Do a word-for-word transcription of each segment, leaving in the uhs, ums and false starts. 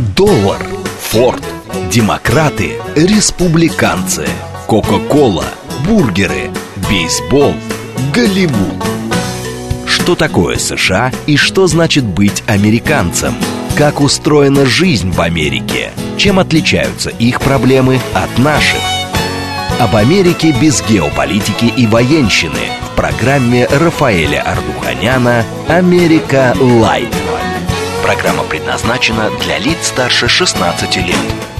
Доллар, Форд, демократы, республиканцы, Кока-кола, бургеры, бейсбол, Голливуд. Что такое США и что значит быть американцем? Как устроена жизнь в Америке? Чем отличаются их проблемы от наших? Об Америке без геополитики и военщины в программе Рафаэля Ардуханяна «Америка Лайт». Программа предназначена для лиц старше шестнадцати лет.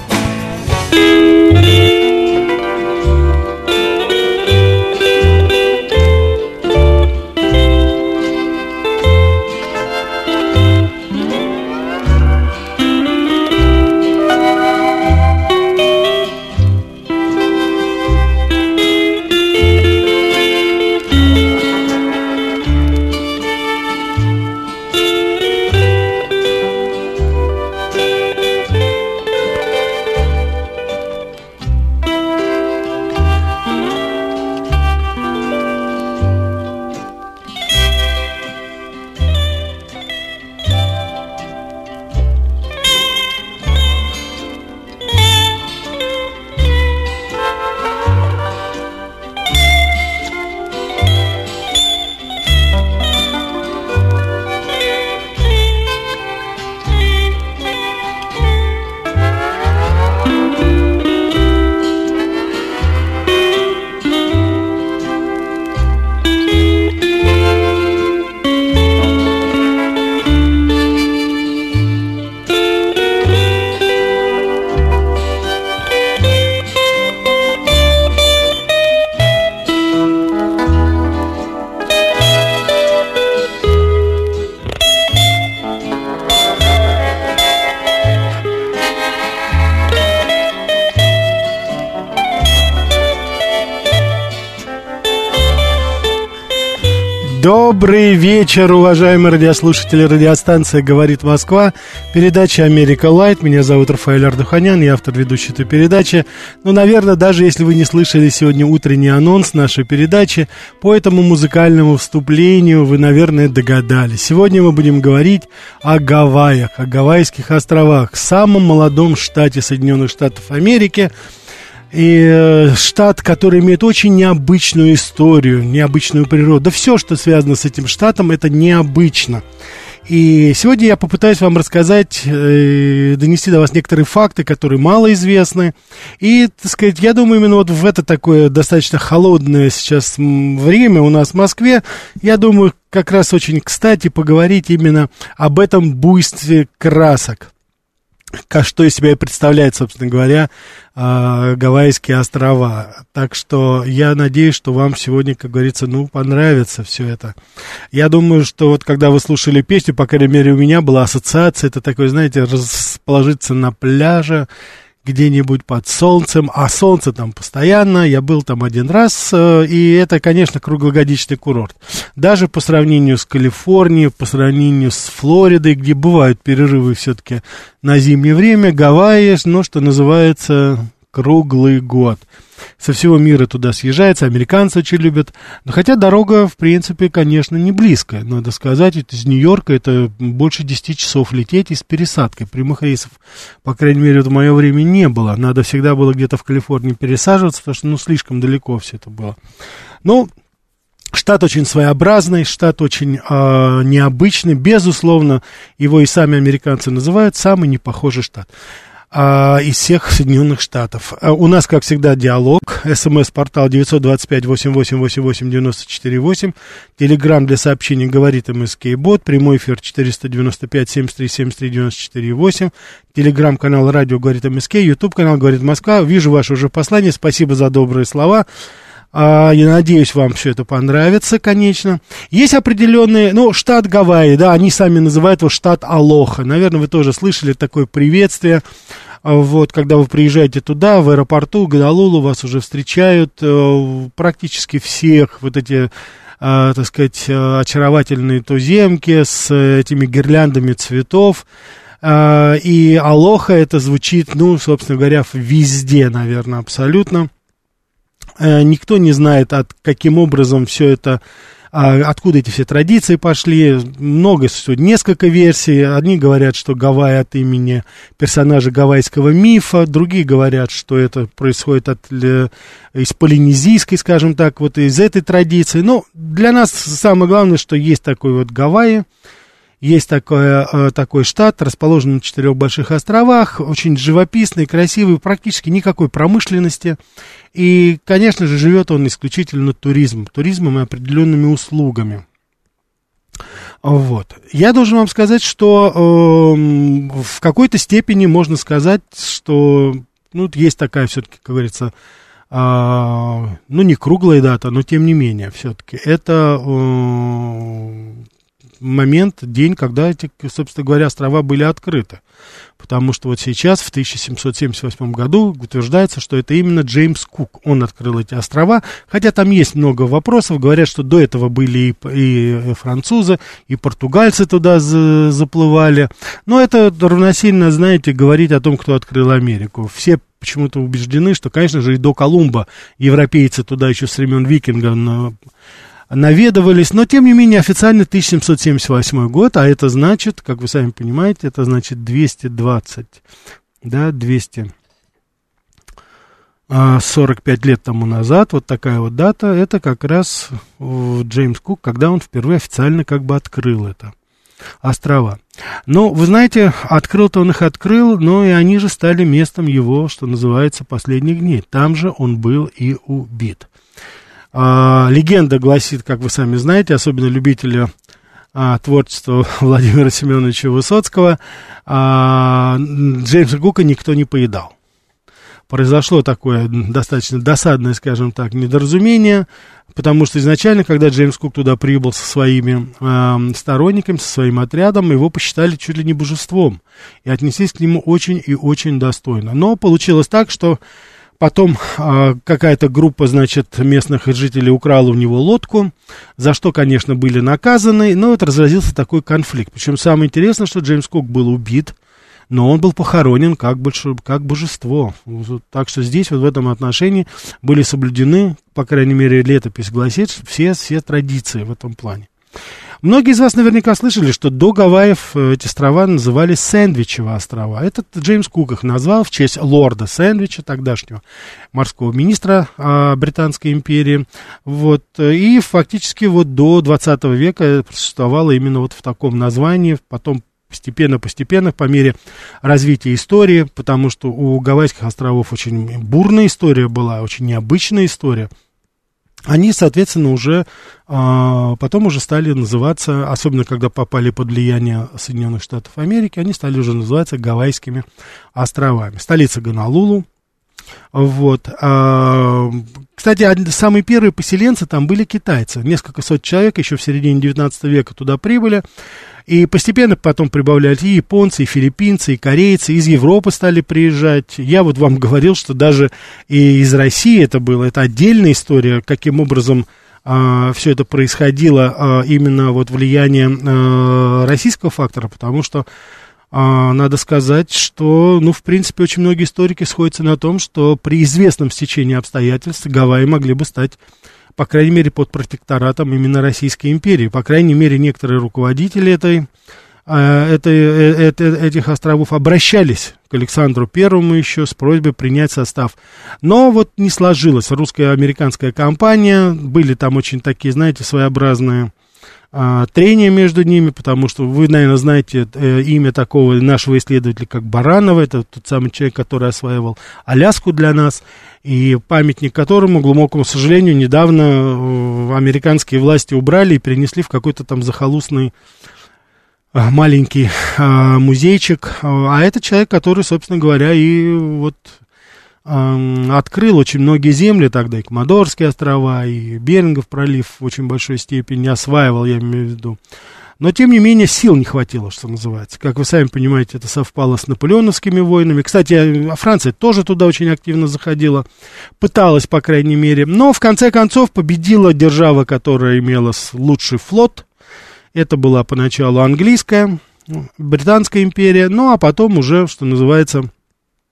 Добрый вечер, уважаемые радиослушатели. Радиостанция «Говорит Москва». Передача «Америка Лайт». Меня зовут Рафаэль Ардуханян, я автор ведущей этой передачи. Ну, наверное, даже если вы не слышали сегодня утренний анонс нашей передачи, по этому музыкальному вступлению вы, наверное, догадались. Сегодня мы будем говорить о Гавайях, о Гавайских островах, самом молодом штате Соединенных Штатов Америки. И штат, который имеет очень необычную историю, необычную природу. Да все, что связано с этим штатом, это необычно. И сегодня я попытаюсь вам рассказать, э, донести до вас некоторые факты, которые малоизвестны. И, так сказать, я думаю, именно вот в это такое достаточно холодное сейчас время у нас в Москве, я думаю, как раз очень кстати поговорить именно об этом буйстве красок. Что из себя и представляет, собственно говоря, Гавайские острова. Так что я надеюсь, что вам сегодня, как говорится, ну, понравится все это. Я думаю, что вот когда вы слушали песню, по крайней мере, у меня была ассоциация, это такое, знаете, расположиться на пляже, где-нибудь под солнцем, а солнце там постоянно, я был там один раз, и это, конечно, круглогодичный курорт. Даже по сравнению с Калифорнией, по сравнению с Флоридой, где бывают перерывы все-таки на зимнее время, Гавайи, ну, что называется, круглый год. Со всего мира туда съезжается, американцы очень любят. Но хотя дорога, в принципе, конечно, не близкая. Надо сказать, ведь из Нью-Йорка это больше десяти часов лететь и с пересадкой. Прямых рейсов, по крайней мере, в мое время не было. Надо всегда было где-то в Калифорнии пересаживаться, потому что, ну, слишком далеко все это было. Ну, штат очень своеобразный, штат очень э, необычный. Безусловно, его и сами американцы называют самый непохожий штат из всех Соединенных Штатов. У нас, как всегда, диалог. СМС-портал девять два пять восемь восемь восемь восемь девять четыре восемь. Телеграм для сообщений «Говорит МСК-бот». Прямой эфир четыреста девяносто пять семьдесят три семьдесят три девяносто четыре восемь. Телеграм-канал «Радио Говорит МСК». Ютуб-канал «Говорит Москва». Вижу ваше уже послание. Спасибо за добрые слова. Я надеюсь, вам все это понравится, конечно. Есть определенные, ну, штат Гавайи, да, они сами называют его штат Алоха. Наверное, вы тоже слышали такое приветствие. Вот, когда вы приезжаете туда, в аэропорту Гонолулу, вас уже встречают практически всех вот эти, так сказать, очаровательные туземки с этими гирляндами цветов. И Алоха это звучит, ну, собственно говоря, везде, наверное, абсолютно. Никто не знает, от каким образом все это откуда эти все традиции пошли. Много, несколько версий. Одни говорят, что Гавайи от имени персонажа гавайского мифа, другие говорят, что это происходит от, из полинезийской, скажем так, вот из этой традиции. Но для нас самое главное, что есть такой вот Гавайи. Есть такой, такой штат, расположенный на четырех больших островах, очень живописный, красивый, практически никакой промышленности. И, конечно же, живет он исключительно туризмом, туризмом и определенными услугами. Вот. Я должен вам сказать, что э, в какой-то степени можно сказать, что ну, есть такая все-таки, как говорится, э, ну не круглая дата, но тем не менее все-таки это... Э, момент, день, когда эти, собственно говоря, острова были открыты. Потому что вот сейчас, в тысяча семьсот семьдесят восьмом году, утверждается, что это именно Джеймс Кук, он открыл эти острова, хотя там есть много вопросов, говорят, что до этого были и, и французы, и португальцы туда за, заплывали, но это равносильно, знаете, говорить о том, кто открыл Америку. Все почему-то убеждены, что, конечно же, и до Колумба европейцы туда еще с времен викингов наведывались, но, тем не менее, официально тысяча семьсот семьдесят восьмой год, а это значит, как вы сами понимаете, это значит двести двадцать, да, двести сорок пять лет тому назад, вот такая вот дата, это как раз Джеймс Кук, когда он впервые официально как бы открыл это, острова. Но, вы знаете, открыл-то он их открыл, но и они же стали местом его, что называется, последних дней. Там же он был и убит. А, легенда гласит, как вы сами знаете, особенно любители а, творчества Владимира Семеновича Высоцкого, а, Джеймса Кука никто не поедал. Произошло такое достаточно досадное, скажем так, недоразумение, потому что изначально, когда Джеймс Кук туда прибыл со своими э, сторонниками, со своим отрядом, его посчитали чуть ли не божеством и отнеслись к нему очень и очень достойно. Но получилось так, что потом э, какая-то группа, значит, местных жителей украла у него лодку, за что, конечно, были наказаны, но вот разразился такой конфликт. Причем самое интересное, что Джеймс Кук был убит, но он был похоронен как, больше, как божество. Так что здесь вот в этом отношении были соблюдены, по крайней мере, летопись гласит, все, все традиции в этом плане. Многие из вас наверняка слышали, что до Гавайев эти острова назывались Сэндвичевые острова. Этот Джеймс Кук их назвал в честь лорда Сэндвича, тогдашнего морского министра а, Британской империи. Вот. И фактически вот до двадцатого века существовало именно вот в таком названии, потом постепенно-постепенно, по мере развития истории, потому что у Гавайских островов очень бурная история была, очень необычная история. Они, соответственно, уже а, потом уже стали называться, особенно когда попали под влияние Соединенных Штатов Америки, они стали уже называться Гавайскими островами. Столица Гонолулу. Вот. А, кстати, самые первые поселенцы там были китайцы. Несколько сот человек еще в середине девятнадцатого века туда прибыли. И постепенно потом прибавлялись и японцы, и филиппинцы, и корейцы, из Европы стали приезжать. Я вот вам говорил, что даже и из России это было, это отдельная история, каким образом а, все это происходило, а, именно вот влияние а, российского фактора, потому что а, надо сказать, что, ну, в принципе, очень многие историки сходятся на том, что при известном стечении обстоятельств Гавайи могли бы стать, по крайней мере, под протекторатом именно Российской империи. По крайней мере, некоторые руководители этой, этой, этой, этих островов обращались к Александру Первому еще с просьбой принять состав. Но вот не сложилось. Русско-американская компания, были там очень такие, знаете, своеобразные а, трения между ними, потому что вы, наверное, знаете э, имя такого нашего исследователя, как Баранова, это тот самый человек, который осваивал Аляску для нас, и памятник которому, к глубокому сожалению, недавно э, американские власти убрали и перенесли в какой-то там захолустный э, маленький э, музейчик. А это человек, который, собственно говоря, и вот э, открыл очень многие земли тогда, и Комодорские острова, и Берингов пролив в очень большой степени осваивал, я имею в виду. Но, тем не менее, сил не хватило, что называется. Как вы сами понимаете, это совпало с наполеоновскими войнами. Кстати, Франция тоже туда очень активно заходила, пыталась, по крайней мере. Но, в конце концов, победила держава, которая имела лучший флот. Это была поначалу английская, Британская империя, ну, а потом уже, что называется,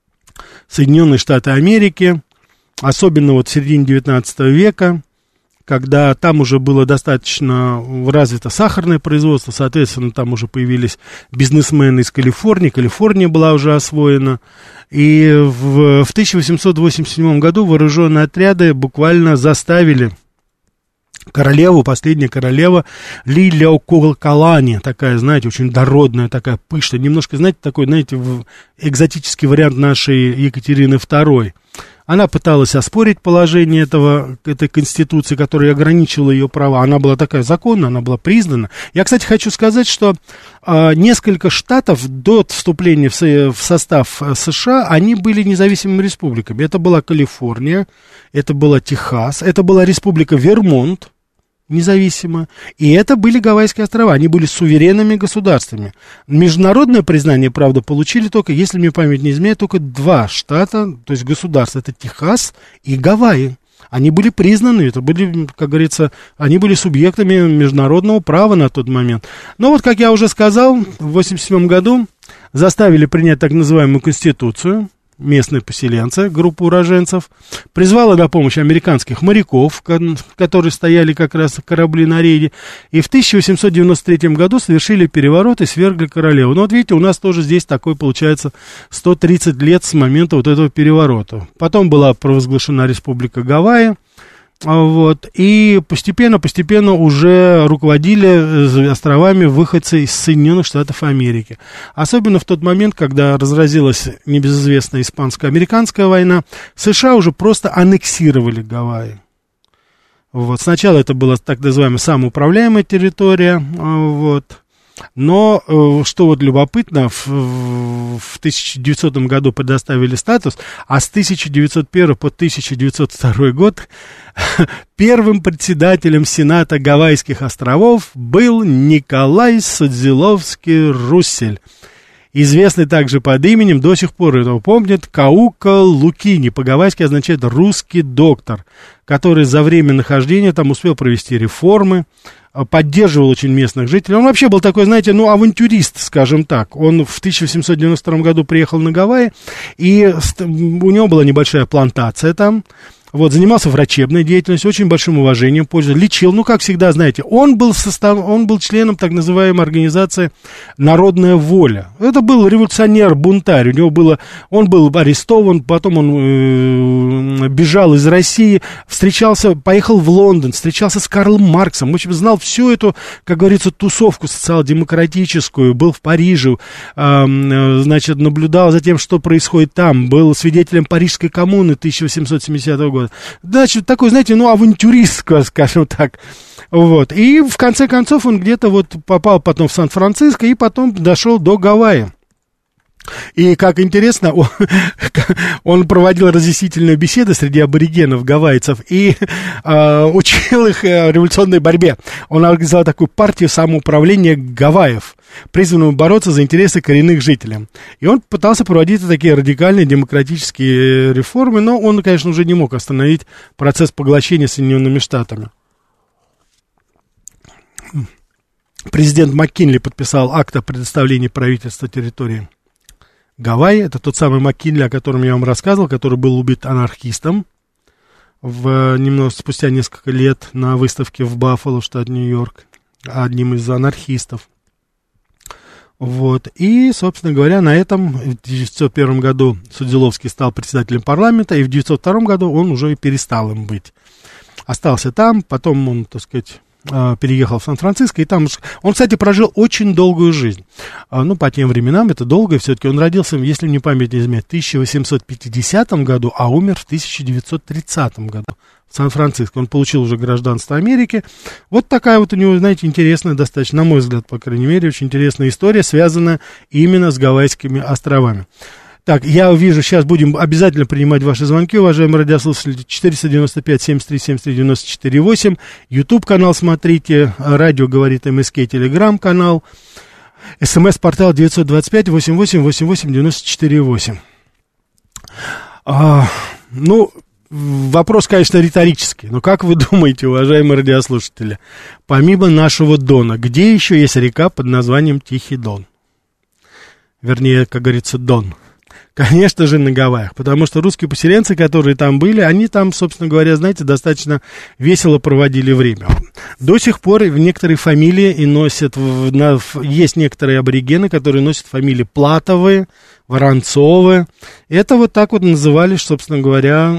Соединенные Штаты Америки, особенно вот в середине девятнадцатого века, когда там уже было достаточно развито сахарное производство, соответственно, там уже появились бизнесмены из Калифорнии, Калифорния была уже освоена, и в, в тысяча восемьсот восемьдесят седьмом году вооруженные отряды буквально заставили королеву, последняя королева Лилиаокуакалани, такая, знаете, очень дородная, такая пышная, немножко, знаете, такой, знаете, экзотический вариант нашей Екатерины второй. Она пыталась оспорить положение этого, этой конституции, которая ограничивала ее права. Она была такая законная, она была признана. Я, кстати, хочу сказать, что э, несколько штатов до вступления в, в состав США, они были независимыми республиками. Это была Калифорния, это была Техас, это была республика Вермонт, независимо, и это были Гавайские острова, они были суверенными государствами. Международное признание, правда, получили только, если мне память не изменяет, только два штата, то есть государства, это Техас и Гавайи. Они были признаны, это были, как говорится, они были субъектами международного права на тот момент. Но вот, как я уже сказал, в восемьдесят седьмом году заставили принять так называемую Конституцию, местные поселенцы, группа уроженцев, призвала на помощь американских моряков, которые стояли как раз корабли на рейде, и в тысяча восемьсот девяносто третьем году совершили переворот и свергли королеву. Ну вот видите, у нас тоже здесь такой, получается, сто тридцать лет с момента вот этого переворота. Потом была провозглашена Республика Гавайи, вот, и постепенно-постепенно уже руководили островами выходцы из Соединенных Штатов Америки. Особенно в тот момент, когда разразилась небезызвестная испанско-американская война, США уже просто аннексировали Гавайи. Вот, сначала это была так называемая самоуправляемая территория, вот. Но, что вот любопытно, в, в тысяча девятисотом году предоставили статус, а с тысяча девятьсот первого по тысяча девятьсот второй год первым председателем Сената Гавайских островов был Николай Судзиловский-Руссель, известный также под именем, до сих пор этого помнят, Каука Лукини, по-гавайски означает «русский доктор», который за время нахождения там успел провести реформы, поддерживал очень местных жителей. Он вообще был такой, знаете, ну, авантюрист, скажем так. Он в тысяча восемьсот девяносто втором году приехал на Гавайи, и у него была небольшая плантация там. Вот, занимался врачебной деятельностью, очень большим уважением пользовался, лечил, ну, как всегда, знаете, он был, состав, он был членом так называемой организации «Народная воля». Это был революционер-бунтарь, у него было, он был арестован, потом он э, бежал из России, встречался, поехал в Лондон, встречался с Карлом Марксом, в общем, знал всю эту, как говорится, тусовку социал-демократическую, был в Париже, э, значит, наблюдал за тем, что происходит там, был свидетелем Парижской коммуны тысяча восемьсот семидесятого года. Значит, такой, знаете, ну, авантюрист, скажем так. Вот. И в конце концов он где-то вот попал потом в Сан-Франциско и потом дошел до Гавайи. И, как интересно, он, он проводил разъяснительную беседу среди аборигенов, гавайцев, и э, учил их э, революционной борьбе. Он организовал такую партию самоуправления Гавайев, призванную бороться за интересы коренных жителей. И он пытался проводить такие радикальные демократические реформы, но он, конечно, уже не мог остановить процесс поглощения Соединенными Штатами. Президент МакКинли подписал акт о предоставлении правительства территории Гавайи. Это тот самый МакКинли, о котором я вам рассказывал, который был убит анархистом в, немного спустя несколько лет на выставке в Баффало, штат Нью-Йорк, одним из анархистов. Вот. И, собственно говоря, на этом в тысяча девятьсот первом году Судзиловский стал председателем парламента, и в тысяча девятьсот втором году он уже и перестал им быть. Остался там, потом он, так сказать, переехал в Сан-Франциско, и там он, кстати, прожил очень долгую жизнь. Ну, по тем временам это долго, все-таки он родился, если мне память не изменяет, в тысяча восемьсот пятидесятом году, а умер в тысяча девятьсот тридцатом году в Сан-Франциско. Он получил уже гражданство Америки. Вот такая вот у него, знаете, интересная достаточно, на мой взгляд, по крайней мере, очень интересная история, связанная именно с Гавайскими островами. Так, я вижу, сейчас будем обязательно принимать ваши звонки, уважаемые радиослушатели. Четыреста девяносто пять семьдесят три семьдесят три девяносто четыре восемь. YouTube-канал смотрите, радио говорит МСК, Telegram-канал, СМС-портал девятьсот двадцать пять восемьдесят восемь восемьдесят восемь девяносто четыре восемь. А, ну, вопрос, конечно, риторический, но как вы думаете, уважаемые радиослушатели, помимо нашего Дона, где еще есть река под названием Тихий Дон? Вернее, как говорится, Дон. Конечно же, на Гавайях, потому что русские поселенцы, которые там были, они там, собственно говоря, знаете, достаточно весело проводили время. До сих пор некоторые фамилии и носят, есть некоторые аборигены, которые носят фамилии Платовые, Воронцовы. Это вот так вот называли, собственно говоря,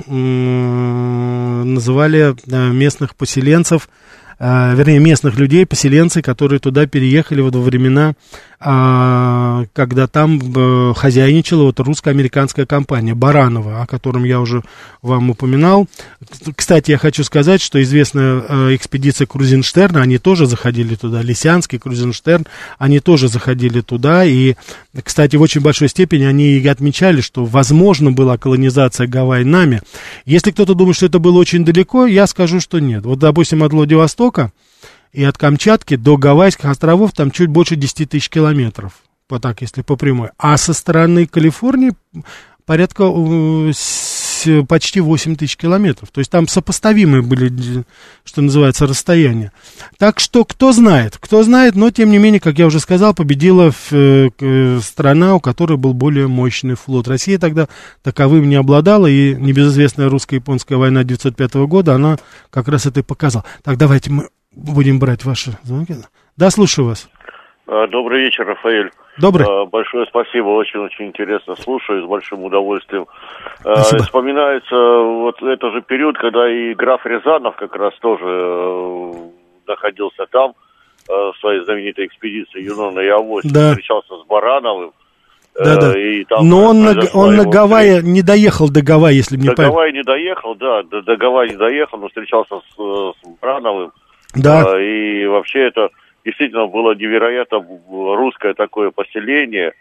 называли местных поселенцев, вернее, местных людей, поселенцы, которые туда переехали вот во времена, когда там хозяйничала вот русско-американская компания Баранова, о котором я уже вам упоминал. Кстати, я хочу сказать, что известная экспедиция Крузенштерна, они тоже заходили туда, Лисянский, Крузенштерн, они тоже заходили туда, и, кстати, в очень большой степени они и отмечали, что возможно была колонизация Гавайи нами. Если кто-то думает, что это было очень далеко, я скажу, что нет. Вот, допустим, от Владивостока и от Камчатки до Гавайских островов там чуть больше десять тысяч километров, вот так, если по прямой. А со стороны Калифорнии порядка почти восемь тысяч километров. То есть там сопоставимые были, что называется, расстояния. Так что кто знает, кто знает, но тем не менее, как я уже сказал, победила страна, у которой был более мощный флот. Россия тогда таковым не обладала, и небезызвестная русско-японская война девятьсот пятого года, она как раз это и показала. Так, давайте мы будем брать ваши звонки. Да, слушаю вас. Добрый вечер, Рафаэль. Добрый. Большое спасибо, очень-очень интересно слушаю, с большим удовольствием. Спасибо. Вспоминается вот это же период, когда и граф Рязанов как раз тоже находился там, в своей знаменитой экспедиции «Юнона и Авось», да. Встречался с Барановым. Да, да. И там но он, на, он на Гавайи не доехал до Гавайи, если мне не До Гавайи не доехал, да, до, до Гавайи не доехал, но встречался с, с Барановым. Да. И вообще это действительно было невероятно русское такое поселение.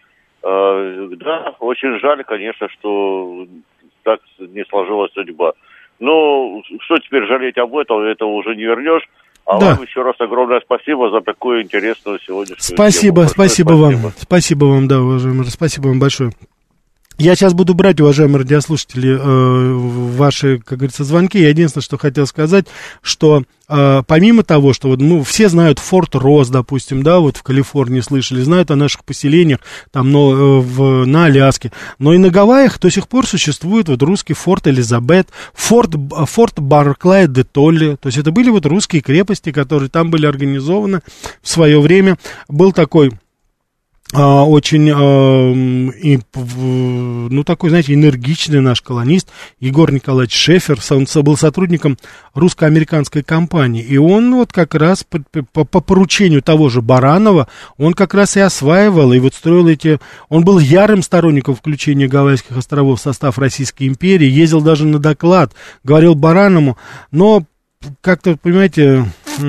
Да, очень жаль, конечно, что так не сложилась судьба. Но что теперь жалеть об этом, это уже не вернешь. А да. Вам еще раз огромное спасибо за такую интересную сегодняшнюю спасибо, тему. Спасибо, спасибо вам. Спасибо вам, да, уважаемый, спасибо вам большое. Я сейчас буду брать, уважаемые радиослушатели, э, ваши, как говорится, звонки. Я единственное, что хотел сказать, что э, помимо того, что вот, ну, все знают Форт Росс, допустим, да, вот в Калифорнии слышали, знают о наших поселениях там, но, э, в, на Аляске, но и на Гавайях до сих пор существует вот русский Форт Элизабет, Форт, Форт Барклай де Толли, то есть это были вот русские крепости, которые там были организованы в свое время. Был такой... А, очень, а, и, ну, такой, знаете, энергичный наш колонист Егор Николаевич Шефер, он был сотрудником русско-американской компании, и он вот как раз по, по, по поручению того же Баранова, он как раз и осваивал, и вот строил эти, он был ярым сторонником включения Гавайских островов в состав Российской империи, ездил даже на доклад, говорил Баранову, но как-то, понимаете,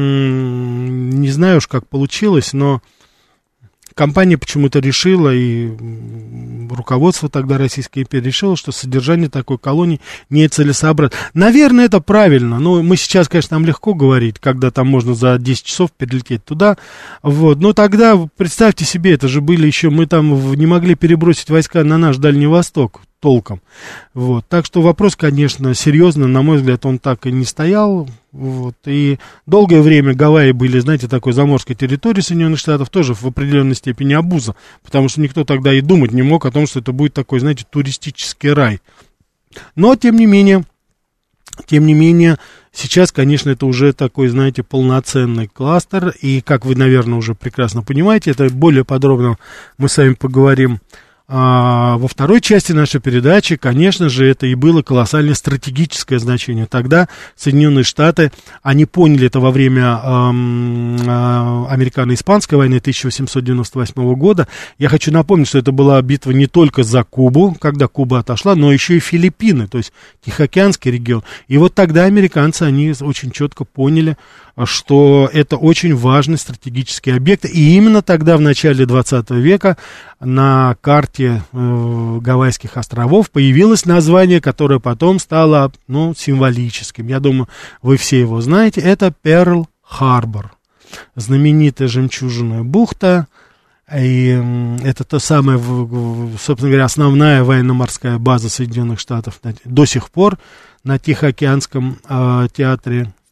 не знаю уж, как получилось, но компания почему-то решила, и руководство тогда Российской империи решило, что содержание такой колонии нецелесообразно. Наверное, это правильно, но мы сейчас, конечно, нам легко говорить, когда там можно за десять часов перелететь туда, вот, но тогда, представьте себе, это же были еще, мы там не могли перебросить войска на наш Дальний Восток толком, вот, так что вопрос, конечно, серьезно, на мой взгляд, он так и не стоял, вот, и долгое время Гавайи были, знаете, такой заморской территорией Соединенных Штатов, тоже в определенной степени обуза, потому что никто тогда и думать не мог о том, что это будет такой, знаете, туристический рай, но, тем не менее, тем не менее, сейчас, конечно, это уже такой, знаете, полноценный кластер, и, как вы, наверное, уже прекрасно понимаете, это более подробно мы с вами поговорим а, во второй части нашей передачи. Конечно же, это и было колоссальное стратегическое значение. Тогда Соединенные Штаты, они поняли это во время эм, э, американо-испанской войны тысяча восемьсот девяносто восьмого года. Я хочу напомнить, что это была битва не только за Кубу, когда Куба отошла, но еще и Филиппины, то есть Тихоокеанский регион. И вот тогда американцы, они очень четко поняли, что это очень важный стратегический объект. И именно тогда, в начале двадцатого века, на карте э, Гавайских островов появилось название, которое потом стало, ну, символическим. Я думаю, вы все его знаете. Это Перл-Харбор, знаменитая жемчужная бухта. И э, это то самое, собственно говоря, основная военно-морская база Соединенных Штатов до сих пор на Тихоокеанском э, театре.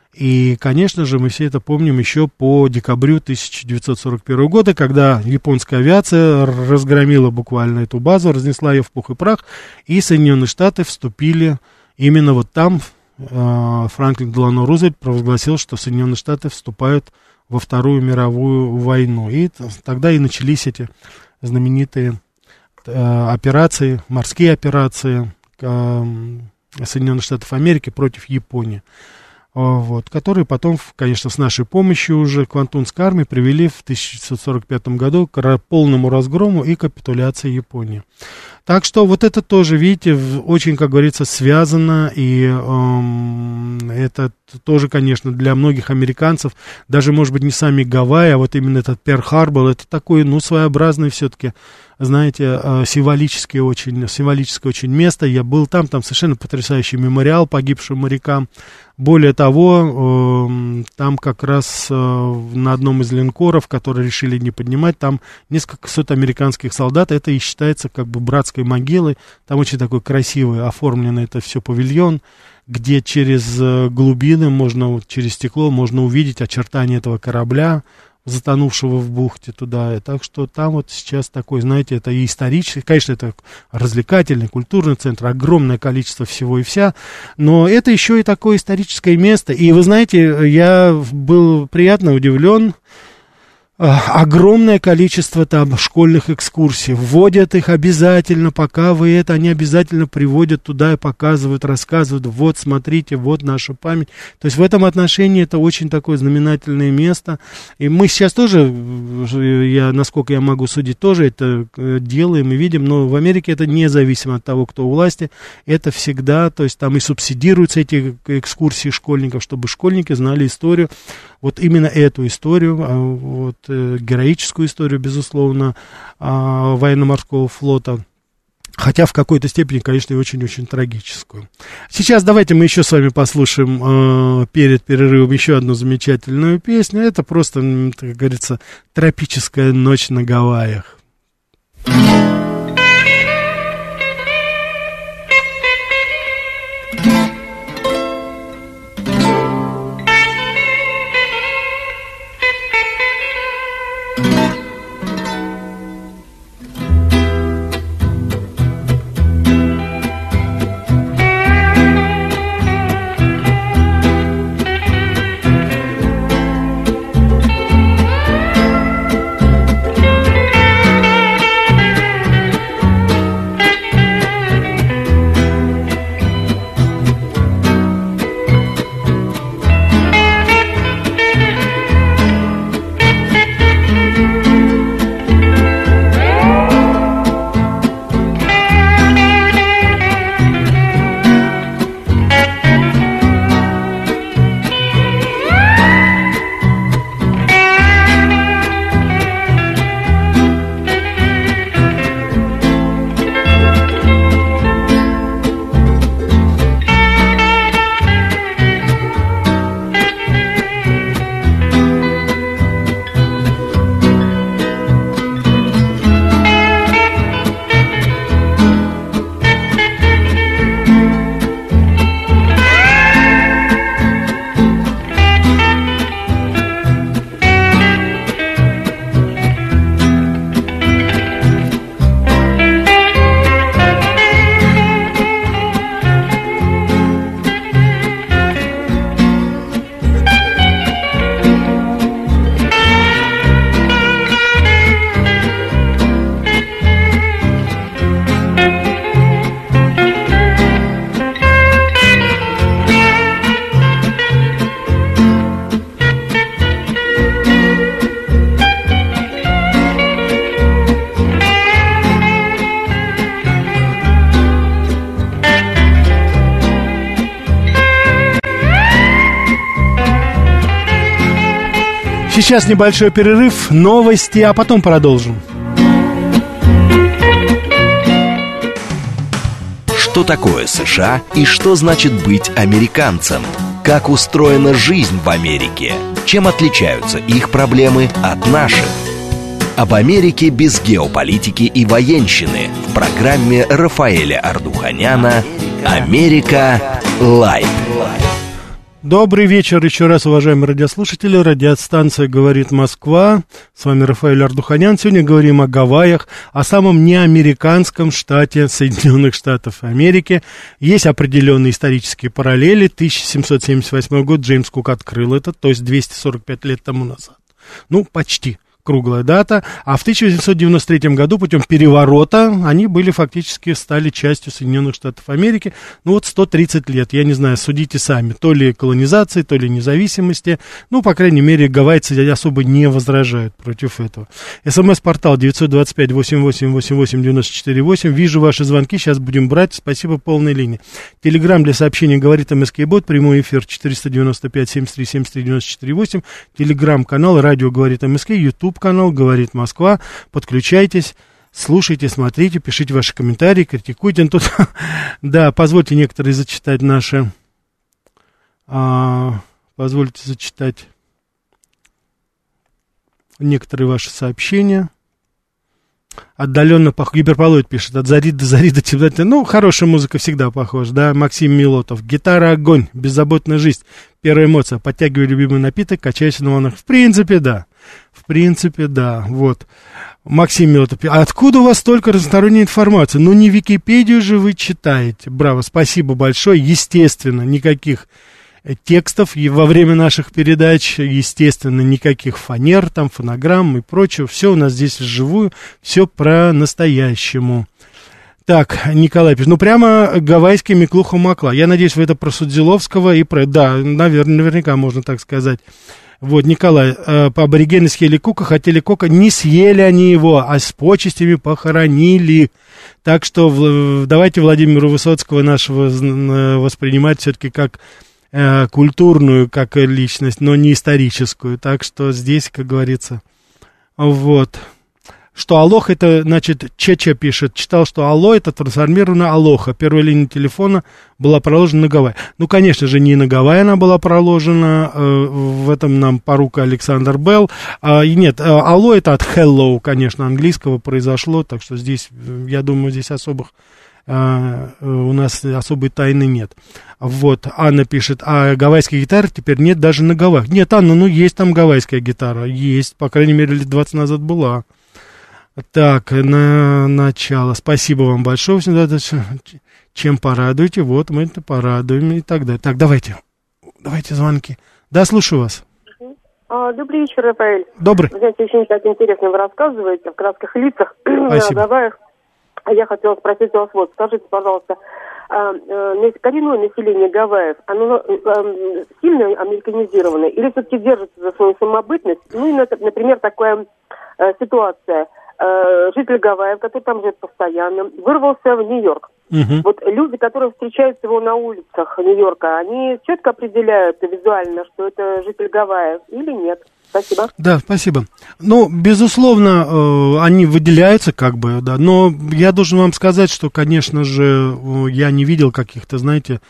И, конечно же, мы все это помним еще по декабрю тысяча девятьсот сорок первого года, когда японская авиация разгромила буквально эту базу, разнесла ее в пух и прах, и Соединенные Штаты вступили именно вот там. Франклин Делано Рузвельт провозгласил, что Соединенные Штаты вступают во Вторую мировую войну. И тогда и начались эти знаменитые операции, морские операции Соединенных Штатов Америки против Японии. Вот, которые потом, конечно, с нашей помощью уже Квантунской армии привели в тысяча девятьсот сорок пятом году к полному разгрому и капитуляции Японии. Так что вот это тоже, видите, очень, как говорится, связано, и эм, это тоже, конечно, для многих американцев, даже, может быть, не сами Гавайи, а вот именно этот Перл-Харбор, это такой, ну, своеобразный все-таки, знаете, э, символическое очень, символическое очень место. Я был там, там совершенно потрясающий мемориал погибшим морякам. Более того, э, там как раз э, на одном из линкоров, которые решили не поднимать, там несколько сот американских солдат, это и считается как бы братской могилой. Там очень такой красивый, оформленный это все павильон, где через глубины можно, через стекло можно увидеть очертания этого корабля, затонувшего в бухте туда. Так что там вот сейчас такой, знаете, это и исторический, конечно, это развлекательный, культурный центр, огромное количество всего и вся, но это еще и такое историческое место. И вы знаете, я был приятно удивлен. Огромное количество там школьных экскурсий, вводят их обязательно, пока вы это, они обязательно приводят туда и показывают, рассказывают, вот, смотрите, вот наша память. То есть в этом отношении это очень такое знаменательное место, и мы сейчас тоже, я, насколько я могу судить, тоже это делаем и видим, но в Америке это независимо от того, кто у власти, это всегда, то есть там и субсидируются эти экскурсии школьников, чтобы школьники знали историю, вот именно эту историю, вот, героическую историю, безусловно, военно-морского флота, хотя в какой-то степени, конечно, и очень-очень трагическую. Сейчас давайте мы еще с вами послушаем перед перерывом еще одну замечательную песню. Это просто, как говорится, тропическая ночь на Гавайях. Сейчас небольшой перерыв, новости, а потом продолжим. Что такое США и что значит быть американцем? Как устроена жизнь в Америке? Чем отличаются их проблемы от наших? Об Америке без геополитики и военщины в программе Рафаэля Ардуханяна «Америка Лайт». Добрый вечер еще раз, уважаемые радиослушатели. Радиостанция «Говорит Москва». С вами Рафаэль Ардуханян. Сегодня говорим о Гавайях, о самом неамериканском штате Соединенных Штатов Америки. Есть определенные исторические параллели. тысяча семьсот семьдесят восьмой год Джеймс Кук открыл это, то есть двести сорок пять лет тому назад. Ну, почти. Круглая дата, а в тысяча восемьсот девяносто третьем году путем переворота они были фактически, стали частью Соединенных Штатов Америки. Ну вот сто тридцать лет, я не знаю, судите сами, то ли колонизации, то ли независимости, ну, по крайней мере, гавайцы особо не возражают против этого. СМС-портал девять два пять восемь восемь восемь восемь девять четыре восемь, вижу ваши звонки, сейчас будем брать, спасибо, полной линии. Телеграм для сообщений говорит МСК-бот, прямой эфир четыреста девяносто пять семьдесят три семьдесят три девяносто четыре восемь, Телеграм-канал, радио говорит МСК, Ютуб канал «Говорит Москва». Подключайтесь, слушайте, смотрите, пишите ваши комментарии, критикуйте. Тут, да, позвольте некоторые зачитать наши... А, позвольте зачитать некоторые ваши сообщения. Отдаленно похож. Гиперполоид пишет, от зари до зари до темноты. Ну, хорошая музыка всегда похожа, да. Максим Милотов. Гитара, огонь, беззаботная жизнь. Первая эмоция. Подтягивай любимый напиток, качайся на волнах. В принципе, да. В принципе, да. Вот. Максим Милотов. А откуда у вас столько разносторонней информации? Ну, не Википедию же вы читаете. Браво, спасибо большое. Естественно, никаких текстов и во время наших передач, естественно, никаких фанер, там, фонограмм и прочего. Все у нас здесь вживую, все про настоящему. Так, Николай пишет, ну прямо гавайский Миклуха Макла. Я надеюсь, вы это про Судзиловского и про... Да, наверное, наверняка можно так сказать. Вот, Николай, э, по аборигены съели Кука, хотели Кока, не съели они его, а с почестями похоронили. Так что в, давайте Владимира Высоцкого нашего воспринимать все-таки как э, культурную, как личность, но не историческую. Так что здесь, как говорится, вот... Что Алоха, это, значит, Чеча пишет, читал, что Алло, это трансформирована Алоха. Первая линия телефона была проложена на Гавайи. Ну, конечно же, не на Гавайи она была проложена, э, в этом нам порука Александр Белл. А, и нет, Алло это от hello, конечно, английского произошло, так что здесь, я думаю, здесь особых, э, у нас особой тайны нет. Вот, Анна пишет, а гавайской гитары теперь нет даже на Гавайях. Нет, Анна, ну есть там гавайская гитара, есть, по крайней мере, лет двадцать назад была. Так, на начало. Спасибо вам большое. Чем порадуете? Вот мы это порадуем и так далее. Так, давайте. Давайте звонки. Да, слушаю вас. А, добрый вечер, Рафаэль. Добрый. Вы знаете, очень так интересно вы рассказываете в кратких лицах о Гавайях. А я хотела спросить вас вот. Скажите, пожалуйста, а, а, коренное население Гавайев, оно а, сильно американизировано или все-таки держится за свою самобытность? Ну, и, например, такая а, ситуация. Житель Гавайев, который там живет постоянно, вырвался в Нью-Йорк. Uh-huh. Вот люди, которые встречают его на улицах Нью-Йорка, они четко определяют визуально, что это житель Гавайев или нет. Спасибо. Да, спасибо. Ну, безусловно, э, они выделяются как бы, да, но я должен вам сказать, что, конечно же, я не видел каких-то, знаете,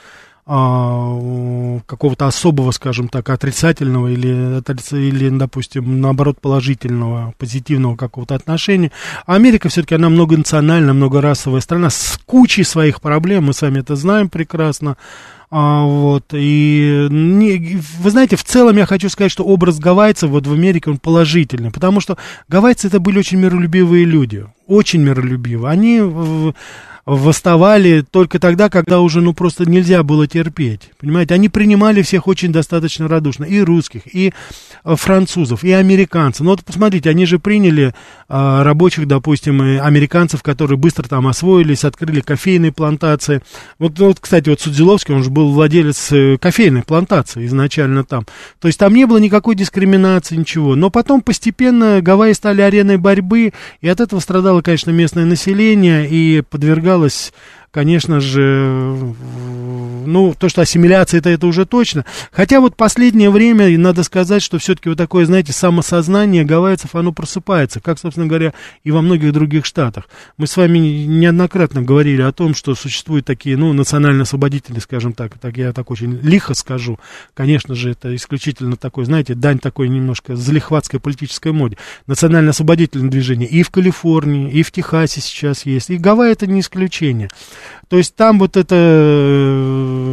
какого-то особого, скажем так, отрицательного или, или, допустим, наоборот, положительного, позитивного какого-то отношения. А Америка все-таки, она многонациональная, многорасовая страна с кучей своих проблем, мы с вами это знаем прекрасно. А, вот, и не, вы знаете, в целом я хочу сказать, что образ гавайцев вот в Америке, он положительный, потому что гавайцы это были очень миролюбивые люди, очень миролюбивые. Они в, восставали только тогда, когда уже, ну, просто нельзя было терпеть, понимаете, они принимали всех очень достаточно радушно, и русских, и французов, и американцев. Ну, вот посмотрите, они же приняли а, рабочих, допустим, американцев, которые быстро там освоились, открыли кофейные плантации. Вот, вот кстати, вот Судзиловский, он же был владелец кофейной плантации изначально там. То есть там не было никакой дискриминации, ничего. Но потом постепенно Гавайи стали ареной борьбы, и от этого страдало, конечно, местное население, и подвергалось, конечно же, ну, то, что ассимиляция, это, это уже точно. Хотя вот последнее время, надо сказать, что все-таки вот такое, знаете, самосознание гавайцев, оно просыпается, как, собственно говоря, и во многих других штатах. Мы с вами неоднократно говорили о том, что существуют такие, ну, национально-освободители, скажем так, так я так очень лихо скажу. Конечно же, это исключительно такой, знаете, дань такой немножко залихватской политической моде. Национально-освободительное движение и в Калифорнии, и в Техасе сейчас есть, и Гавайи это не исключение. То есть там вот это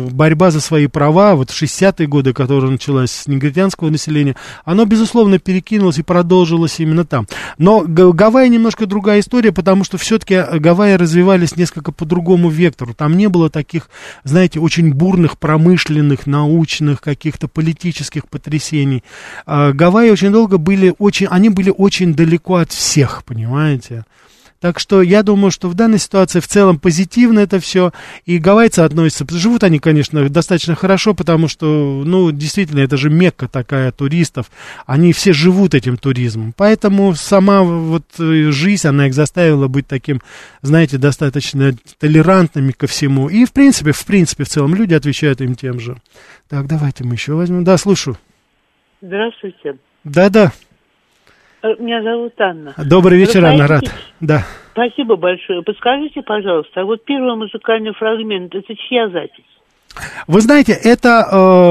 борьба за свои права, вот в шестидесятые годы, которая началась с негритянского населения, оно, безусловно, перекинулось и продолжилось именно там. Но Гавайи немножко другая история, потому что все-таки Гавайи развивались несколько по другому вектору. Там не было таких, знаете, очень бурных промышленных, научных, каких-то политических потрясений. Гавайи очень долго были очень, они были очень далеко от всех, понимаете? Так что я думаю, что в данной ситуации в целом позитивно это все, и гавайцы относятся, живут они, конечно, достаточно хорошо, потому что, ну, действительно, это же Мекка такая туристов, они все живут этим туризмом, поэтому сама вот жизнь, она их заставила быть таким, знаете, достаточно толерантными ко всему, и в принципе, в принципе, в целом люди отвечают им тем же. Так, давайте мы еще возьмем, да, слушаю. Здравствуйте. Да-да. Меня зовут Анна. Добрый вечер, Анна, рад. Да. Спасибо большое. Подскажите, пожалуйста, а вот первый музыкальный фрагмент, это чья запись? Вы знаете, это,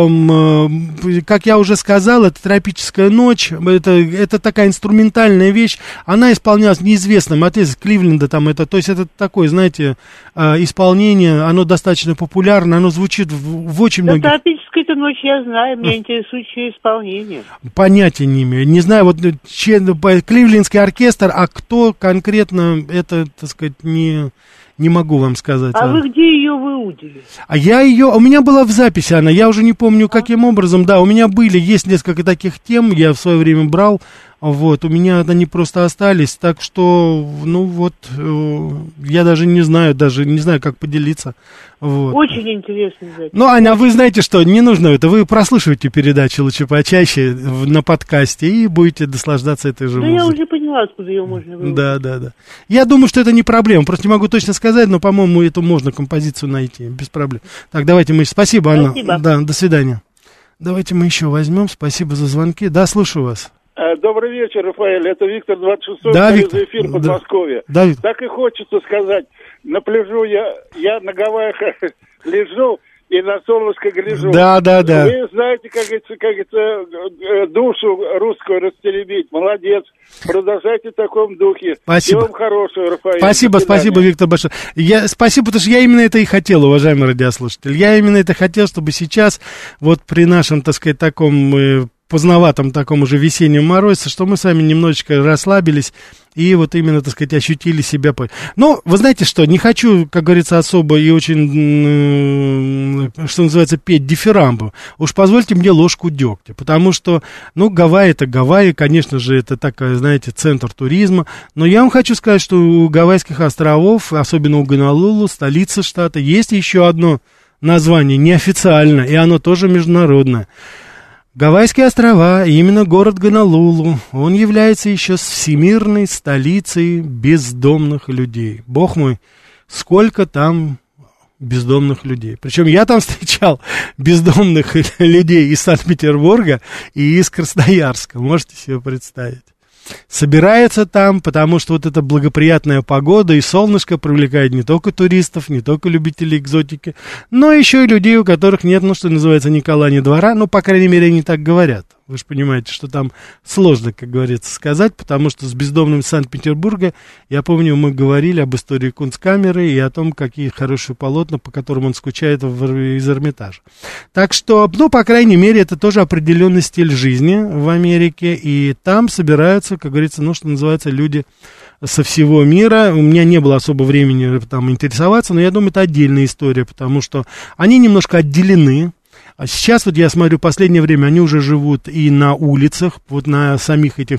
э, как я уже сказал, это «Тропическая ночь», это, это такая инструментальная вещь, она исполнялась неизвестным, отец Кливленда там, это, то есть это такое, знаете, э, исполнение, оно достаточно популярно, оно звучит в, в очень да, многих... «Тропическая ночь» я знаю, меня интересует чье исполнение. Понятия не имею, не знаю, вот Кливлендский оркестр, а кто конкретно, это, так сказать, не... Не могу вам сказать. А, а вы где ее выудили? А я ее... У меня была в записи она, я уже не помню, каким а? образом. Да, у меня были, есть несколько таких тем, я в свое время брал. Вот, у меня они просто остались, так что, ну вот, э, я даже не знаю, даже не знаю, как поделиться. Вот. Очень интересно. Запись. Ну, Аня, а вы знаете что, не нужно это, вы прослушиваете передачу лучше почаще на подкасте и будете наслаждаться этой же да музыкой. Да я уже поняла, откуда ее можно выбрать. Да, да, да. Я думаю, что это не проблема, просто не могу точно сказать, но, по-моему, эту можно композицию найти, без проблем. Так, давайте мы, спасибо, Анна. Спасибо. Да, до свидания. Давайте мы еще возьмем, спасибо за звонки. Да, слушаю вас. Добрый вечер, Рафаэль. Это Виктор, двадцать шестой, да, Виктор. Эфир Подмосковье. Да, да. Так и хочется сказать, на пляжу я, я на Гавайях лежу и на солнышко гляжу. Да, да, да. Вы знаете, как это, как это душу русскую растеребить. Молодец. Продолжайте в таком духе. Спасибо. Всего вам хорошего, Рафаэль. Спасибо, спасибо, Виктор, большое. Я, спасибо, потому что я именно это и хотел, уважаемый радиослушатель. Я именно это хотел, чтобы сейчас, вот при нашем, так сказать, таком... поздноватом таком уже весеннем морозе, что мы с вами немножечко расслабились и вот именно, так сказать, ощутили себя. Но, вы знаете что, не хочу, как говорится, особо и очень, что называется, петь дифирамбу. Уж позвольте мне ложку дегтя, потому что, ну, Гавайи это Гавайи, конечно же, это такая, знаете, центр туризма, но я вам хочу сказать, что у Гавайских островов, особенно у Гонолулу, столица штата, есть еще одно название неофициально, и оно тоже международное. Гавайские острова, именно город Гонолулу, он является еще всемирной столицей бездомных людей. Бог мой, сколько там бездомных людей. Причем я там встречал бездомных людей из Санкт-Петербурга и из Красноярска, можете себе представить. Собираются там, потому что вот эта благоприятная погода и солнышко привлекает не только туристов, не только любителей экзотики, но еще и людей, у которых нет, ну, что называется, ни кола, ни двора, ну, по крайней мере, они так говорят. Вы же понимаете, что там сложно, как говорится, сказать, потому что с бездомным Санкт-Петербурга, я помню, мы говорили об истории Кунсткамеры и о том, какие хорошие полотна, по которым он скучает в, из Эрмитажа. Так что, ну, по крайней мере, это тоже определенный стиль жизни в Америке, и там собираются, как говорится, ну, что называется, люди со всего мира. У меня не было особо времени там интересоваться, но я думаю, это отдельная история, потому что они немножко отделены. А сейчас вот я смотрю, последнее время они уже живут и на улицах, вот на самих этих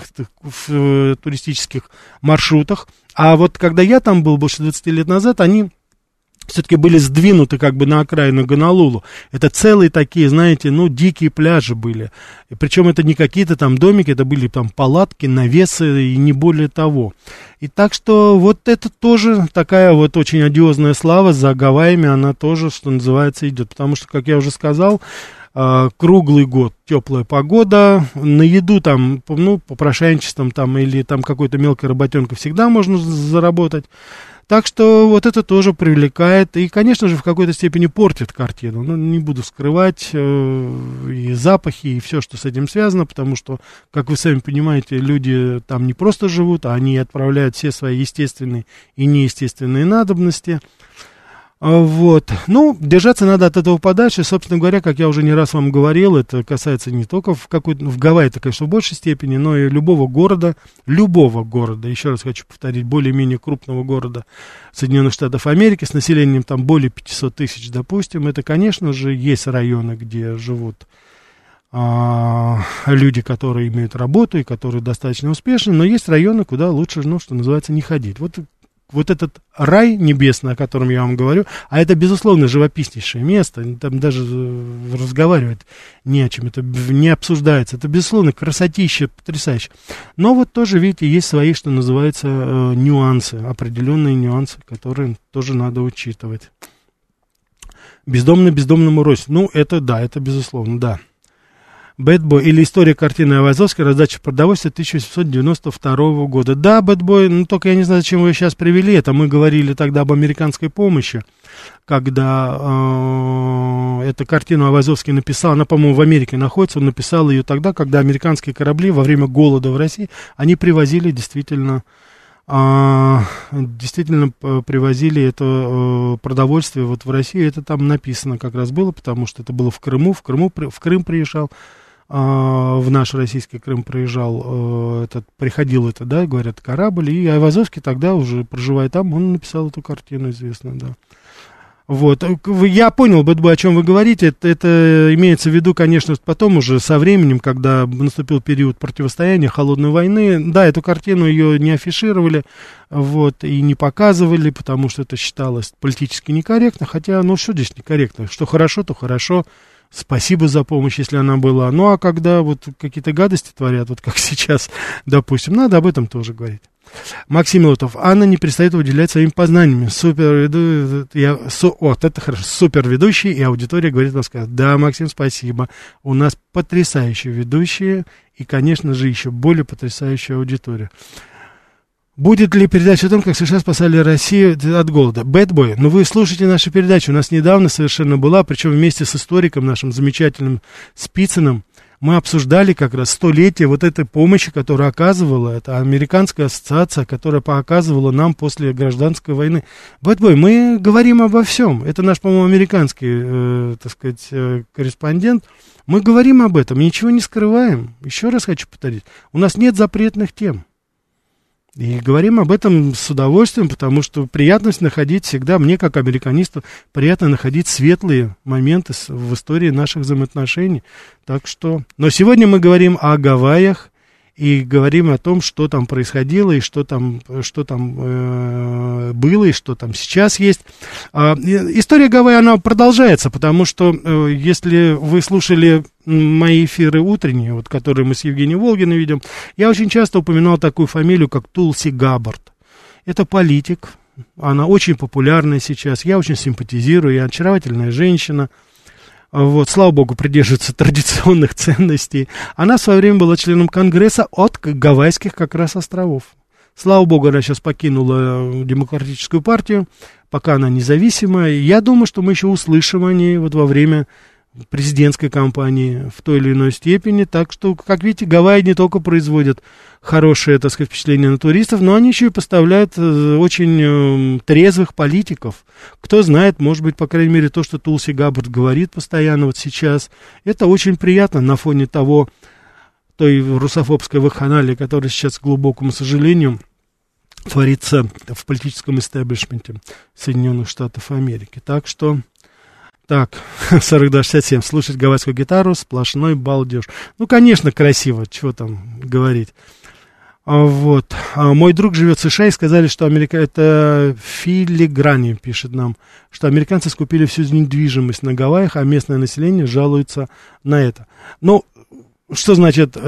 в, туристических маршрутах. А вот когда я там был больше двадцати лет назад, они все-таки были сдвинуты как бы на окраину Гонолулу. Это целые такие, знаете, ну, дикие пляжи были. И причем это не какие-то там домики, это были там палатки, навесы и не более того. И так что вот это тоже такая вот очень одиозная слава за Гавайями, она тоже, что называется, идет. Потому что, как я уже сказал, круглый год теплая погода, на еду там, ну, попрошайничеством там или там какой-то мелкой работенкой всегда можно заработать. Так что вот это тоже привлекает и, конечно же, в какой-то степени портит картину. Ну, не буду скрывать э, и запахи, и все, что с этим связано, потому что, как вы сами понимаете, люди там не просто живут, а они отправляют все свои естественные и неестественные надобности. Вот. Ну, держаться надо от этого подальше. Собственно говоря, как я уже не раз вам говорил, это касается не только в какой-то, в Гавайи, это, конечно, в большей степени, но и любого города, любого города, еще раз хочу повторить, более-менее крупного города Соединенных Штатов Америки с населением там более пятьсот тысяч, допустим, это, конечно же, есть районы, где живут а, люди, которые имеют работу и которые достаточно успешны, но есть районы, куда лучше, ну, что называется, не ходить. Вот Вот этот рай небесный, о котором я вам говорю, а это, безусловно, живописнейшее место, там даже разговаривать не о чем, это не обсуждается, это, безусловно, красотища, потрясающе. Но вот тоже, видите, есть свои, что называется, нюансы, определенные нюансы, которые тоже надо учитывать. Бездомный бездомному рознь. Ну, это да, это безусловно, да. Бэтбой или история картины Айвазовской, раздача продовольствия тысяча восемьсот девяносто второго года. Да, Бэтбой, ну только я не знаю, зачем вы сейчас привели это. Мы говорили тогда об американской помощи, когда э, эту картину Айвазовский написал, она, по-моему, в Америке находится, он написал ее тогда, когда американские корабли во время голода в России, они привозили действительно... А, действительно привозили это а, продовольствие вот в Россию, это там написано как раз было, потому что это было в Крыму, в Крыму, в Крым приезжал, а, в наш российский Крым приезжал, а, этот, приходил это, да, говорят, корабль, и Айвазовский тогда уже, проживая там, он написал эту картину, известно, да. Вот, я понял, Бэтбой, о чем вы говорите, это, это имеется в виду, конечно, потом уже со временем, когда наступил период противостояния, холодной войны, да, эту картину ее не афишировали, вот, и не показывали, потому что это считалось политически некорректно, хотя, ну, что здесь некорректно, что хорошо, то хорошо, спасибо за помощь, если она была, ну, а когда вот какие-то гадости творят, вот как сейчас, допустим, надо об этом тоже говорить. Максим Лотов. Анна не перестает уделять своим познаниями. Супер веду... Я... Су... Вот, это хорошо. Супер ведущий, и аудитория говорит вам сказать. Да, Максим, спасибо. У нас потрясающие ведущие, и, конечно же, еще более потрясающая аудитория. Будет ли передача о том, как США спасали Россию от голода? Бэтбой, ну вы слушайте нашу передачу. У нас недавно совершенно была, причем вместе с историком нашим замечательным Спицыным, мы обсуждали как раз столетие вот этой помощи, которую оказывала, это американская ассоциация, которая оказывала нам после гражданской войны. Бэтбой, мы говорим обо всем. Это наш, по-моему, американский, э, так сказать, э, корреспондент. Мы говорим об этом, ничего не скрываем. Еще раз хочу повторить, у нас нет запретных тем. И говорим об этом с удовольствием, потому что приятно находить всегда, мне как американисту, приятно находить светлые моменты в истории наших взаимоотношений. Так что... Но сегодня мы говорим о Гавайях и говорим о том, что там происходило, и что там, что там э, было, и что там сейчас есть. А, история Гавайи, она продолжается, потому что, э, если вы слушали мои эфиры утренние, вот, которые мы с Евгением Волгиным ведем, я очень часто упоминал такую фамилию, как Тулси Габбард. Это политик, она очень популярная сейчас, я очень симпатизирую, я очаровательная женщина. Вот, слава богу, придерживается традиционных ценностей. Она в свое время была членом Конгресса от Гавайских как раз островов. Слава богу, она сейчас покинула Демократическую партию, пока она независимая. Я думаю, что мы еще услышим о ней вот во время президентской кампании в той или иной степени. Так что, как видите, Гавайи не только производят хорошее, так сказать, впечатление на туристов, но они еще и поставляют очень трезвых политиков. Кто знает, может быть, по крайней мере, то, что Тулси Габбард говорит постоянно вот сейчас, это очень приятно на фоне того, той русофобской вакханалии, которая сейчас, к глубокому сожалению, творится в политическом истеблишменте Соединенных Штатов Америки. Так что... Так, сорок два шестьдесят семь. Слушать гавайскую гитару, сплошной балдеж. Ну, конечно, красиво, чего там говорить. А, вот. А, мой друг живет в США и сказали, что Америка... Это Филиграни пишет нам, что американцы скупили всю недвижимость на Гавайях, а местное население жалуется на это. Ну, что значит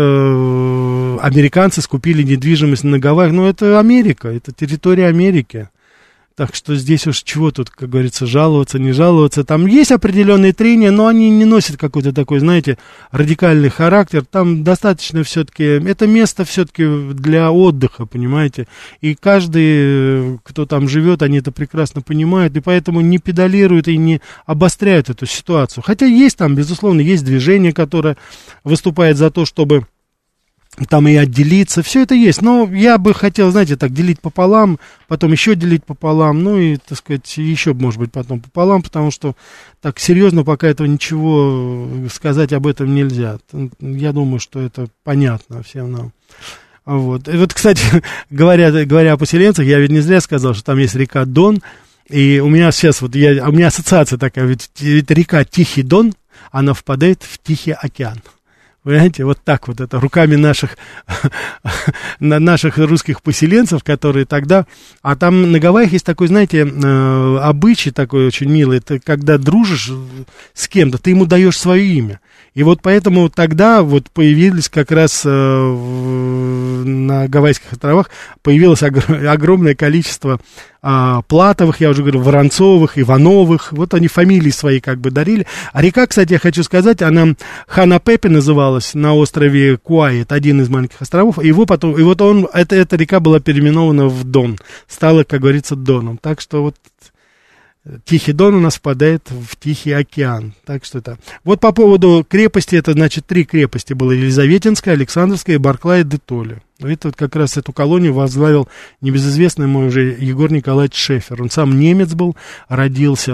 э, американцы скупили недвижимость на Гавайях? Ну, это Америка, это территория Америки. Так что здесь уж чего тут, как говорится, жаловаться, не жаловаться. Там есть определенные трения, но они не носят какой-то такой, знаете, радикальный характер. Там достаточно все-таки, это место все-таки для отдыха, понимаете. И каждый, кто там живет, они это прекрасно понимают, и поэтому не педалируют и не обостряют эту ситуацию. Хотя есть там, безусловно, есть движение, которое выступает за то, чтобы там и отделиться, все это есть. Но я бы хотел, знаете, так делить пополам, потом еще делить пополам, ну и, так сказать, еще, может быть, потом пополам, потому что так серьезно пока этого ничего сказать об этом нельзя. Я думаю, что это понятно всем нам. Вот. И вот, кстати, говоря, говоря о поселенцах, я ведь не зря сказал, что там есть река Дон, и у меня сейчас вот, я, у меня ассоциация такая, ведь, ведь река Тихий Дон, она впадает в Тихий океан. Понимаете, вот так вот это руками наших, наших русских поселенцев, которые тогда... А там на Гавайях есть такой, знаете, обычай такой очень милый, это когда дружишь с кем-то, ты ему даешь свое имя. И вот поэтому тогда вот появились как раз э, на Гавайских островах появилось огр- огромное количество э, Платовых, я уже говорю, Воронцовых, Ивановых. Вот они фамилии свои как бы дарили. А река, кстати, я хочу сказать, она Ханапепе называлась на острове Куаи, это один из маленьких островов. И его потом, и вот он, это, эта река была переименована в Дон, стала, как говорится, Доном. Так что вот Тихий Дон у нас впадает в Тихий океан. Так что это... Вот по поводу крепости, это значит три крепости было: Елизаветинская, Александровская, Барклай де Толли. Это вот как раз эту колонию возглавил небезызвестный мой уже Егор Николаевич Шефер. Он сам немец был, родился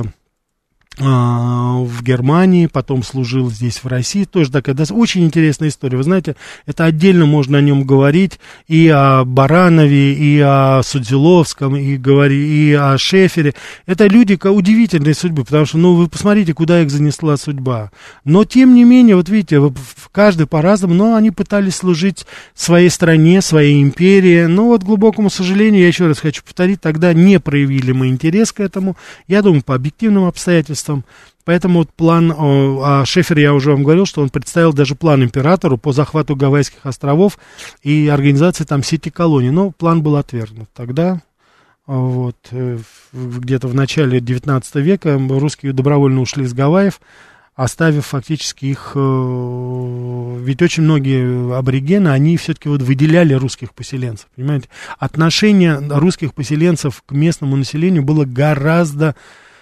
в Германии, потом служил здесь, в России, тоже такая да, очень интересная история. Вы знаете, это отдельно можно о нем говорить, и о Баранове, и о Судзиловском, и, говори, и о Шефере. Это люди удивительной судьбы, потому что, ну, вы посмотрите, куда их занесла судьба. Но, тем не менее, вот видите, каждый по-разному, но они пытались служить своей стране, своей империи. Но вот, к глубокому сожалению, я еще раз хочу повторить, тогда не проявили мы интерес к этому, я думаю, по объективным обстоятельствам. Поэтому вот план, о Шефере я уже вам говорил, что он представил даже план императору по захвату Гавайских островов и организации там сети колоний, но план был отвергнут. Тогда, вот, где-то в начале девятнадцатого века русские добровольно ушли с Гавайев, оставив фактически их, ведь очень многие аборигены, они все-таки вот выделяли русских поселенцев, понимаете. Отношение русских поселенцев к местному населению было гораздо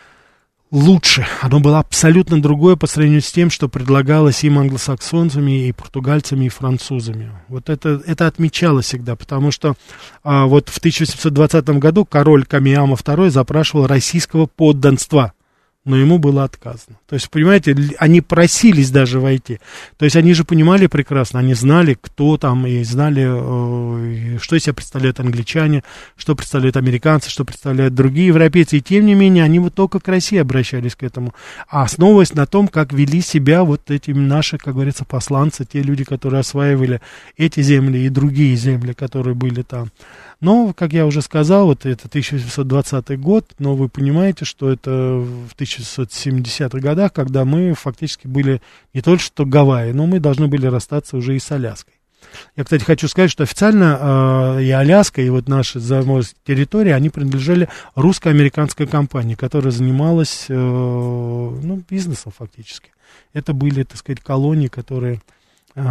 лучше, оно было абсолютно другое по сравнению с тем, что предлагалось им англосаксонцами, и португальцами, и французами. Вот это, это отмечалось всегда, потому что а, вот в тысяча восемьсот двадцатом году король Камиама второй запрашивал российского подданства, но ему было отказано. То есть, понимаете, они просились даже войти. То есть, они же понимали прекрасно, они знали, кто там, и знали, э, что из себя представляют англичане, что представляют американцы, что представляют другие европейцы. И, тем не менее, они вот только к России обращались к этому, основываясь на том, как вели себя вот эти наши, как говорится, посланцы, те люди, которые осваивали эти земли и другие земли, которые были там. Но, как я уже сказал, вот это тысяча восемьсот двадцатый год, но вы понимаете, что это в тысяча девятьсот семидесятых годах, когда мы фактически были не только что Гавайи, но мы должны были расстаться уже и с Аляской. Я, кстати, хочу сказать, что официально э, и Аляска, и вот наши заморские территории, они принадлежали русско-американской компании, которая занималась э, ну, бизнесом фактически. Это были, так сказать, колонии, которые э,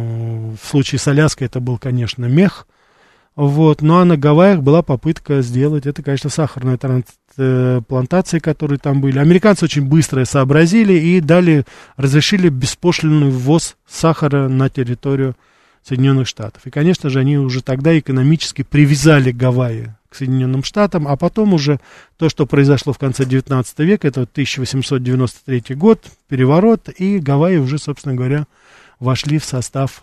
в случае с Аляской это был, конечно, мех. Вот, ну а на Гавайях была попытка сделать, это, конечно, сахарные плантации, которые там были. Американцы очень быстро сообразили и дали, разрешили беспошлинный ввоз сахара на территорию Соединенных Штатов. И, конечно же, они уже тогда экономически привязали Гавайи к Соединенным Штатам, а потом уже то, что произошло в конце девятнадцатого века, это тысяча восемьсот девяносто третий год, переворот, и Гавайи уже, собственно говоря, вошли в состав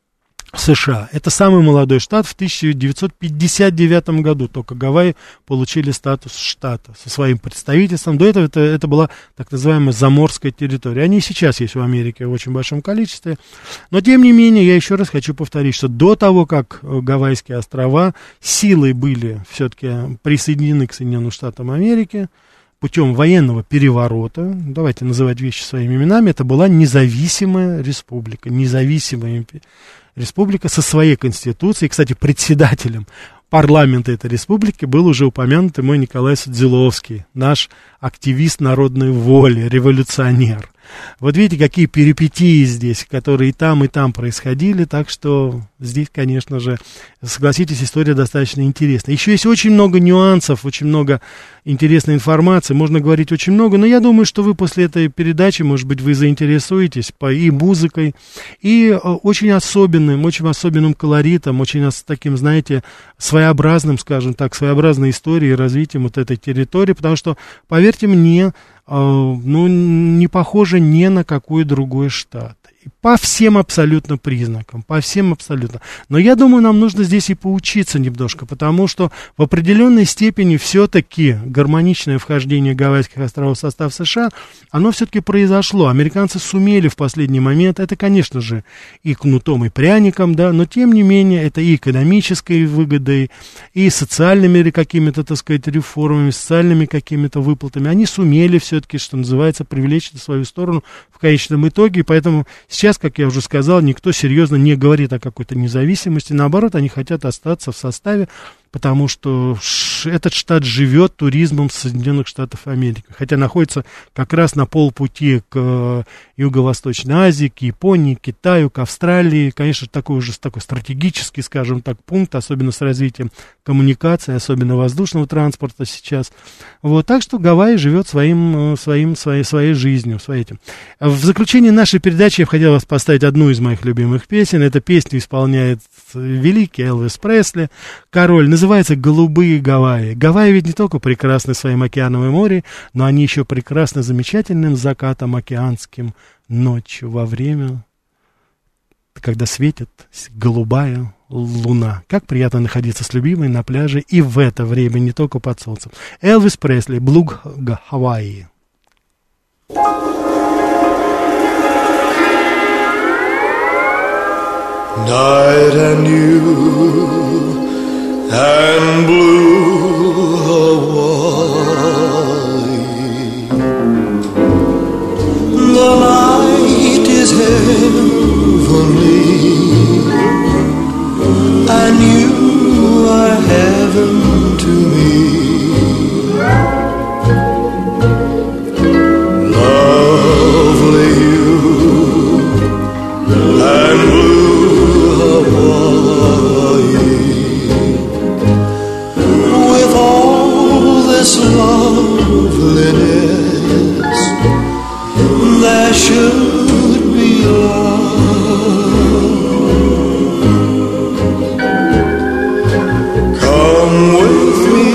США. Это самый молодой штат. В тысяча девятьсот пятьдесят девятом году только Гавайи получили статус штата со своим представительством. До этого это, это была так называемая заморская территория. Они и сейчас есть в Америке в очень большом количестве. Но, тем не менее, я еще раз хочу повторить, что до того, как Гавайские острова силой были все-таки присоединены к Соединенным Штатам Америки, путем военного переворота, давайте называть вещи своими именами, это была независимая республика, независимая республика со своей конституцией. Кстати, председателем парламента этой республики был уже упомянутый мой Николай Судзиловский, наш активист народной воли, революционер. Вот видите, какие перипетии здесь, которые и там, и там происходили, так что здесь, конечно же, согласитесь, история достаточно интересная. Еще есть очень много нюансов, очень много интересной информации, можно говорить очень много, но я думаю, что вы после этой передачи, может быть, вы заинтересуетесь по и музыкой, и очень особенным, очень особенным колоритом, очень таким, знаете, своеобразным, скажем так, своеобразной историей, развитием вот этой территории, потому что, поверьте мне, ну, не похоже ни на какой другой штат. По всем абсолютно признакам, по всем абсолютно. Но я думаю, нам нужно здесь и поучиться немножко, потому что в определенной степени все-таки гармоничное вхождение Гавайских островов в состав США, оно все-таки произошло. Американцы сумели в последний момент, это, конечно же, и кнутом, и пряником, да, но тем не менее, это и экономической выгодой, и социальными какими-то, так сказать, реформами, социальными какими-то выплатами. Они сумели все-таки, что называется, привлечь на свою сторону в конечном итоге, и поэтому сейчас, как я уже сказал, никто серьезно не говорит о какой-то независимости. Наоборот, они хотят остаться в составе, потому что этот штат живет туризмом Соединенных Штатов Америки. Хотя находится как раз на полпути к Юго-Восточной Азии, к Японии, к Китаю, к Австралии. Конечно, такой уже такой стратегический, скажем так, пункт, особенно с развитием коммуникаций, особенно воздушного транспорта сейчас. Вот, так что Гавайи живет своим, своим, своей, своей жизнью. Своей этим. В заключение нашей передачи я хотел вас поставить одну из моих любимых песен. Эта песня исполняет великий Элвис Пресли, король. Называется «Голубые Гавайи». Гавайи ведь не только прекрасны своим океаном и морем, но они еще прекрасны замечательным закатом океанским ночью во время, когда светит голубая луна. Как приятно находиться с любимой на пляже и в это время, не только под солнцем. Элвис Пресли, «Blue Hawaii». Night and you and blue Hawaii. The night is heavenly, and you are heaven to me. Lovely you and blue Hawaii. With all this loveliness, there should be love. Come with me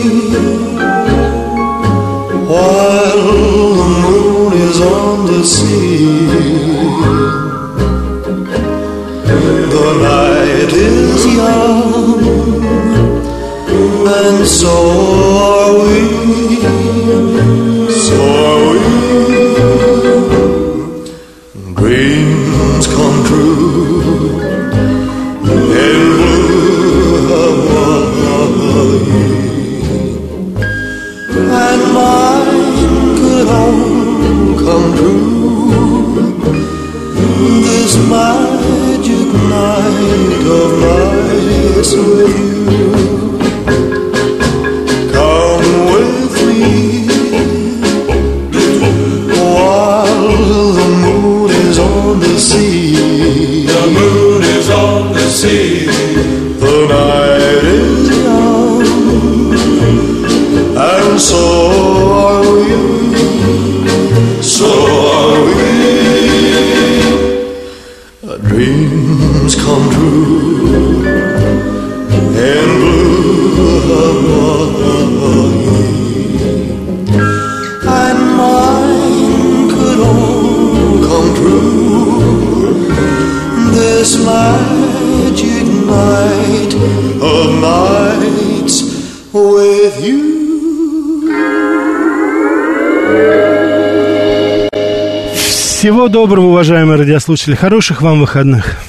while the moon is on the sea. The night is young, and so are we, so are we. Dreams come true in blue Hawaii, and mine could all come true. This magic night of nights with you. Come with me while the moon is on the sea. The moon is on the sea. The night is young, and so are we. So are we. Dreams come true in blue Hawaii, and mine could all come true. This magic night of nights with you. Всего доброго, уважаемые радиослушатели. Хороших вам выходных.